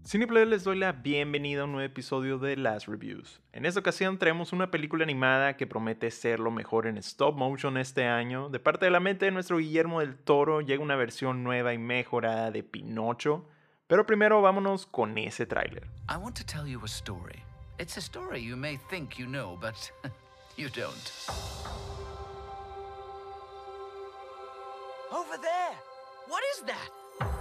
Cineplayer les doy la bienvenida a un nuevo episodio de Last Reviews. En esta ocasión traemos una película animada que promete ser lo mejor en stop motion este año. De parte de la mente de nuestro Guillermo del Toro llega una versión nueva y mejorada de Pinocho. Pero primero vámonos con ese tráiler. I want to tell you a story. It's a story you may think you know, but you don't. Over there! What is that?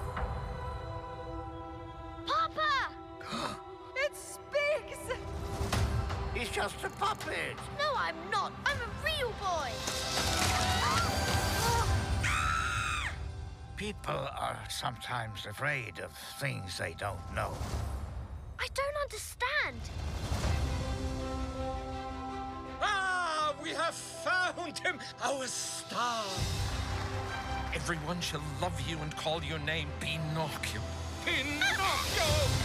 Papa! It speaks! He's just a puppet. No, I'm not. I'm a real boy. People are sometimes afraid of things they don't know. I don't understand. Ah, we have found him, our star. Everyone shall love you and call your name Pinocchio. Pinocchio!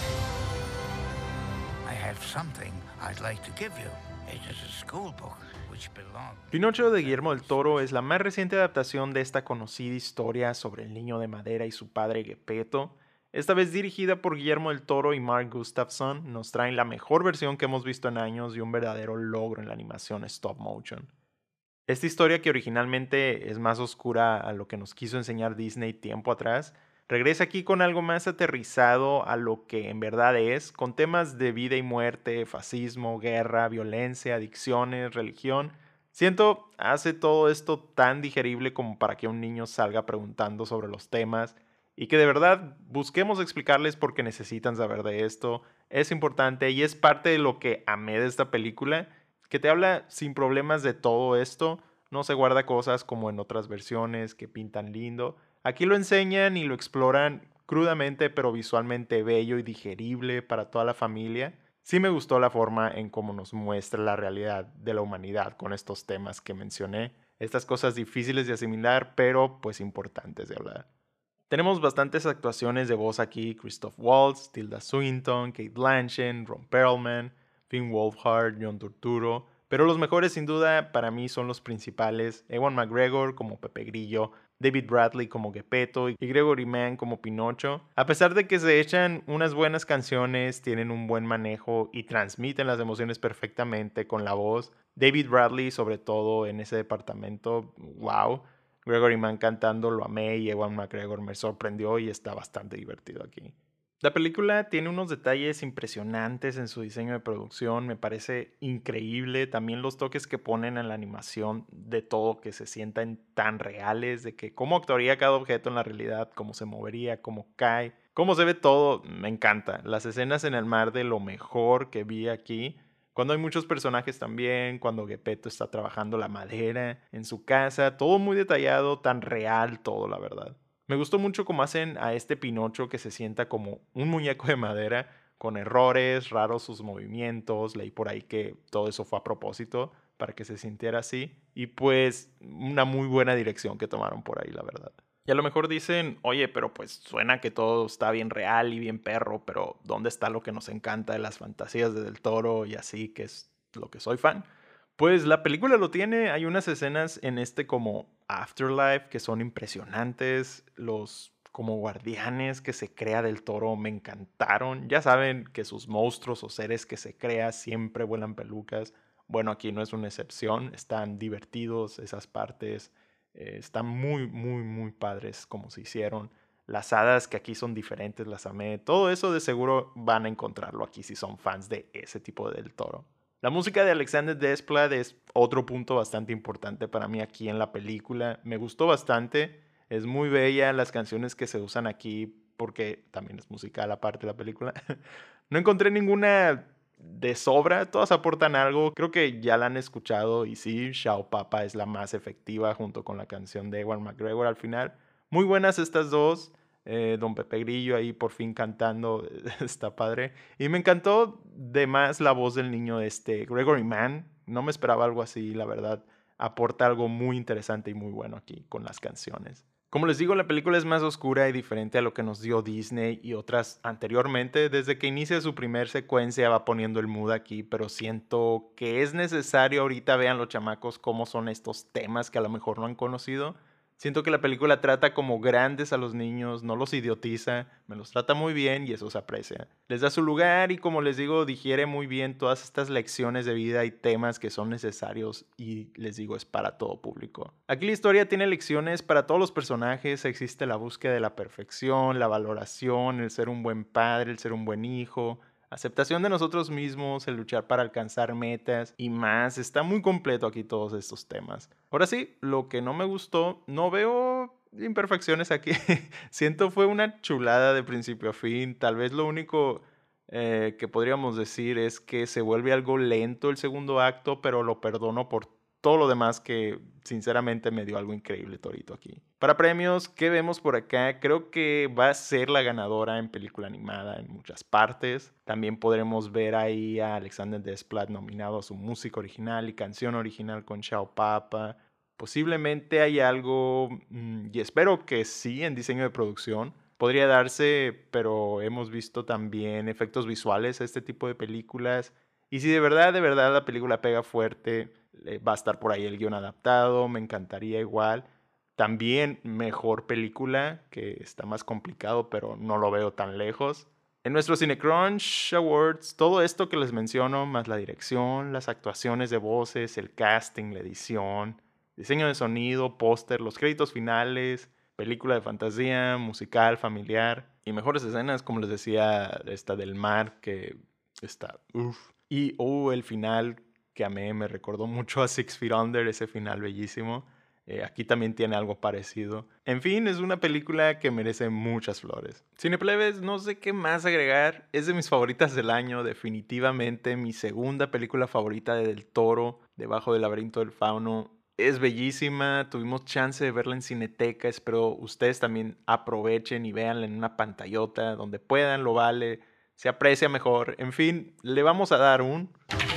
I have something I'd like to give you. It is a school book which belongs. Pinocho de Guillermo del Toro es la más reciente adaptación de esta conocida historia sobre el niño de madera y su padre Geppetto. Esta vez dirigida por Guillermo del Toro y Mark Gustafson, nos traen la mejor versión que hemos visto en años y un verdadero logro en la animación stop motion. Esta historia, que originalmente es más oscura a lo que nos quiso enseñar Disney tiempo atrás, regresa aquí con algo más aterrizado a lo que en verdad es, con temas de vida y muerte, fascismo, guerra, violencia, adicciones, religión. Siento, hace todo esto tan digerible como para que un niño salga preguntando sobre los temas y que de verdad busquemos explicarles por qué necesitan saber de esto. Es importante y es parte de lo que amé de esta película, que te habla sin problemas de todo esto. No se guarda cosas como en otras versiones que pintan lindo. Aquí lo enseñan y lo exploran crudamente, pero visualmente bello y digerible para toda la familia. Sí me gustó la forma en cómo nos muestra la realidad de la humanidad con estos temas que mencioné. Estas cosas difíciles de asimilar, pero pues importantes de hablar. Tenemos bastantes actuaciones de voz aquí: Christoph Waltz, Tilda Swinton, Kate Blanchett, Ron Perlman, Finn Wolfhard, John Turturro, pero los mejores sin duda para mí son los principales: Ewan McGregor como Pepe Grillo, David Bradley como Geppetto y Gregory Mann como Pinocho. A pesar de que se echan unas buenas canciones, tienen un buen manejo y transmiten las emociones perfectamente con la voz. David Bradley, sobre todo en ese departamento, wow. Gregory Mann cantando lo amé y Ewan McGregor me sorprendió y está bastante divertido aquí. La película tiene unos detalles impresionantes en su diseño de producción, me parece increíble. También los toques que ponen en la animación, de todo, que se sientan tan reales, de que cómo actuaría cada objeto en la realidad, cómo se movería, cómo cae, cómo se ve todo, me encanta. Las escenas en el mar, de lo mejor que vi aquí. Cuando hay muchos personajes también, cuando Geppetto está trabajando la madera en su casa, todo muy detallado, tan real todo, la verdad. Me gustó mucho cómo hacen a este Pinocho que se sienta como un muñeco de madera, con errores, raros sus movimientos. Leí por ahí que todo eso fue a propósito para que se sintiera así. Y pues una muy buena dirección que tomaron por ahí, la verdad. Y a lo mejor dicen, oye, pero pues suena que todo está bien real y bien perro, pero ¿dónde está lo que nos encanta de las fantasías de Del Toro y así, que es lo que soy fan? Pues la película lo tiene. Hay unas escenas en este como Afterlife que son impresionantes. Los como guardianes que se crea Del Toro me encantaron. Ya saben que sus monstruos o seres que se crea siempre vuelan pelucas. Bueno, aquí no es una excepción. Están divertidos esas partes. Están muy, muy, muy padres como se hicieron. Las hadas que aquí son diferentes, las amé. Todo eso de seguro van a encontrarlo aquí si son fans de ese tipo de Del Toro. La música de Alexander Desplat es otro punto bastante importante para mí aquí en la película. Me gustó bastante. Es muy bella las canciones que se usan aquí, porque también es musical aparte de la película. No encontré ninguna de sobra, todas aportan algo. Creo que ya la han escuchado y sí, Shao Papa es la más efectiva junto con la canción de Ewan McGregor al final. Muy buenas estas dos. Don Pepe Grillo ahí por fin cantando, está padre. Y me encantó de más la voz del niño Gregory Mann. No me esperaba algo así, la verdad. Aporta algo muy interesante y muy bueno aquí con las canciones. Como les digo, la película es más oscura y diferente a lo que nos dio Disney y otras anteriormente. Desde que inicia su primer secuencia va poniendo el mood aquí, pero siento que es necesario ahorita vean los chamacos cómo son estos temas que a lo mejor no han conocido. Siento que la película trata como grandes a los niños, no los idiotiza, me los trata muy bien y eso se aprecia. Les da su lugar y, como les digo, digiere muy bien todas estas lecciones de vida y temas que son necesarios y, les digo, es para todo público. Aquí la historia tiene lecciones para todos los personajes, existe la búsqueda de la perfección, la valoración, el ser un buen padre, el ser un buen hijo, aceptación de nosotros mismos, el luchar para alcanzar metas y más. Está muy completo aquí todos estos temas. Ahora sí, lo que no me gustó, no veo imperfecciones aquí. Siento fue una chulada de principio a fin. Tal vez lo único que podríamos decir es que se vuelve algo lento el segundo acto, pero lo perdono por todo lo demás que sinceramente me dio algo increíble Torito aquí. Para premios, ¿qué vemos por acá? Creo que va a ser la ganadora en película animada en muchas partes. También podremos ver ahí a Alexander Desplat nominado a su música original y canción original con Chao Papa. Posiblemente hay algo, y espero que sí, en diseño de producción. Podría darse, pero hemos visto también efectos visuales a este tipo de películas. Y si de verdad la película pega fuerte, va a estar por ahí el guión adaptado, me encantaría igual. También mejor película, que está más complicado, pero no lo veo tan lejos. En nuestros CineCrunch Awards, todo esto que les menciono, más la dirección, las actuaciones de voces, el casting, la edición, diseño de sonido, póster, los créditos finales, película de fantasía, musical, familiar y mejores escenas, como les decía, esta del mar, que está uff. Y el final que amé, me recordó mucho a Six Feet Under, ese final bellísimo. Aquí también tiene algo parecido. En fin, es una película que merece muchas flores. Cineplebes, no sé qué más agregar. Es de mis favoritas del año, definitivamente mi segunda película favorita de Del Toro, Debajo del laberinto del fauno. Es bellísima, tuvimos chance de verla en Cineteca, espero ustedes también aprovechen y véanla en una pantallota, donde puedan, lo vale, se aprecia mejor. En fin, le vamos a dar un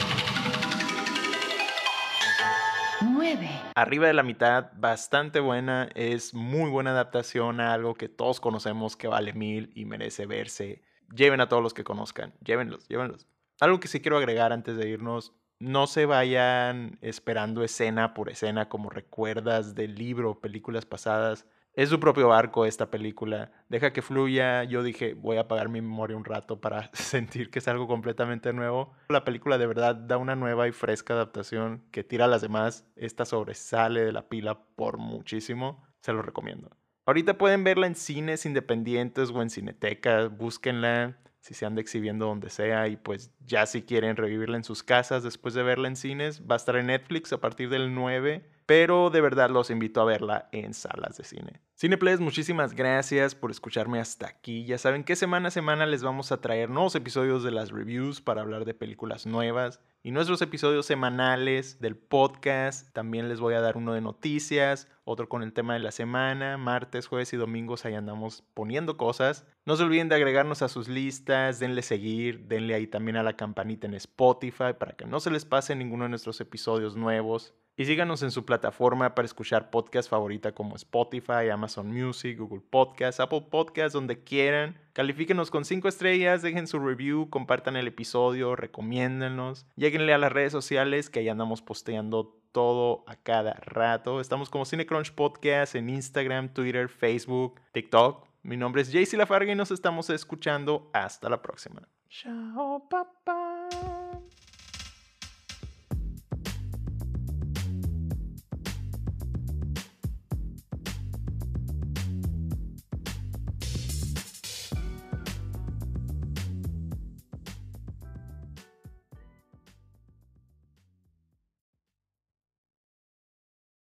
9. Arriba de la mitad, bastante buena, es muy buena adaptación a algo que todos conocemos que vale 1000 y merece verse. Lleven a todos los que conozcan, llévenlos. Algo que sí quiero agregar antes de irnos, no se vayan esperando escena por escena como recuerdas del libro o películas pasadas. Es su propio arco esta película. Deja que fluya. Yo dije, voy a apagar mi memoria un rato para sentir que es algo completamente nuevo. La película de verdad da una nueva y fresca adaptación que tira a las demás. Esta sobresale de la pila por muchísimo. Se lo recomiendo. Ahorita pueden verla en cines independientes o en Cineteca. Búsquenla si se anda exhibiendo donde sea. Y pues ya si quieren revivirla en sus casas después de verla en cines, va a estar en Netflix a partir del 9. Pero de verdad los invito a verla en salas de cine. Cineplays, muchísimas gracias por escucharme hasta aquí. Ya saben que semana a semana les vamos a traer nuevos episodios de las reviews para hablar de películas nuevas. Y nuestros episodios semanales del podcast. También les voy a dar uno de noticias, otro con el tema de la semana. Martes, jueves y domingos ahí andamos poniendo cosas. No se olviden de agregarnos a sus listas, denle seguir, denle ahí también a la campanita en Spotify para que no se les pase ninguno de nuestros episodios nuevos. Y síganos en su plataforma para escuchar podcast favorita como Spotify, Amazon Music, Google Podcasts, Apple Podcasts, donde quieran. Califíquenos con 5 estrellas, dejen su review, compartan el episodio, recomiéndennos. Lléguenle a las redes sociales que ahí andamos posteando todo a cada rato. Estamos como CineCrunch Podcast en Instagram, Twitter, Facebook, TikTok. Mi nombre es JC Lafarga y nos estamos escuchando. Hasta la próxima. Chao, papá.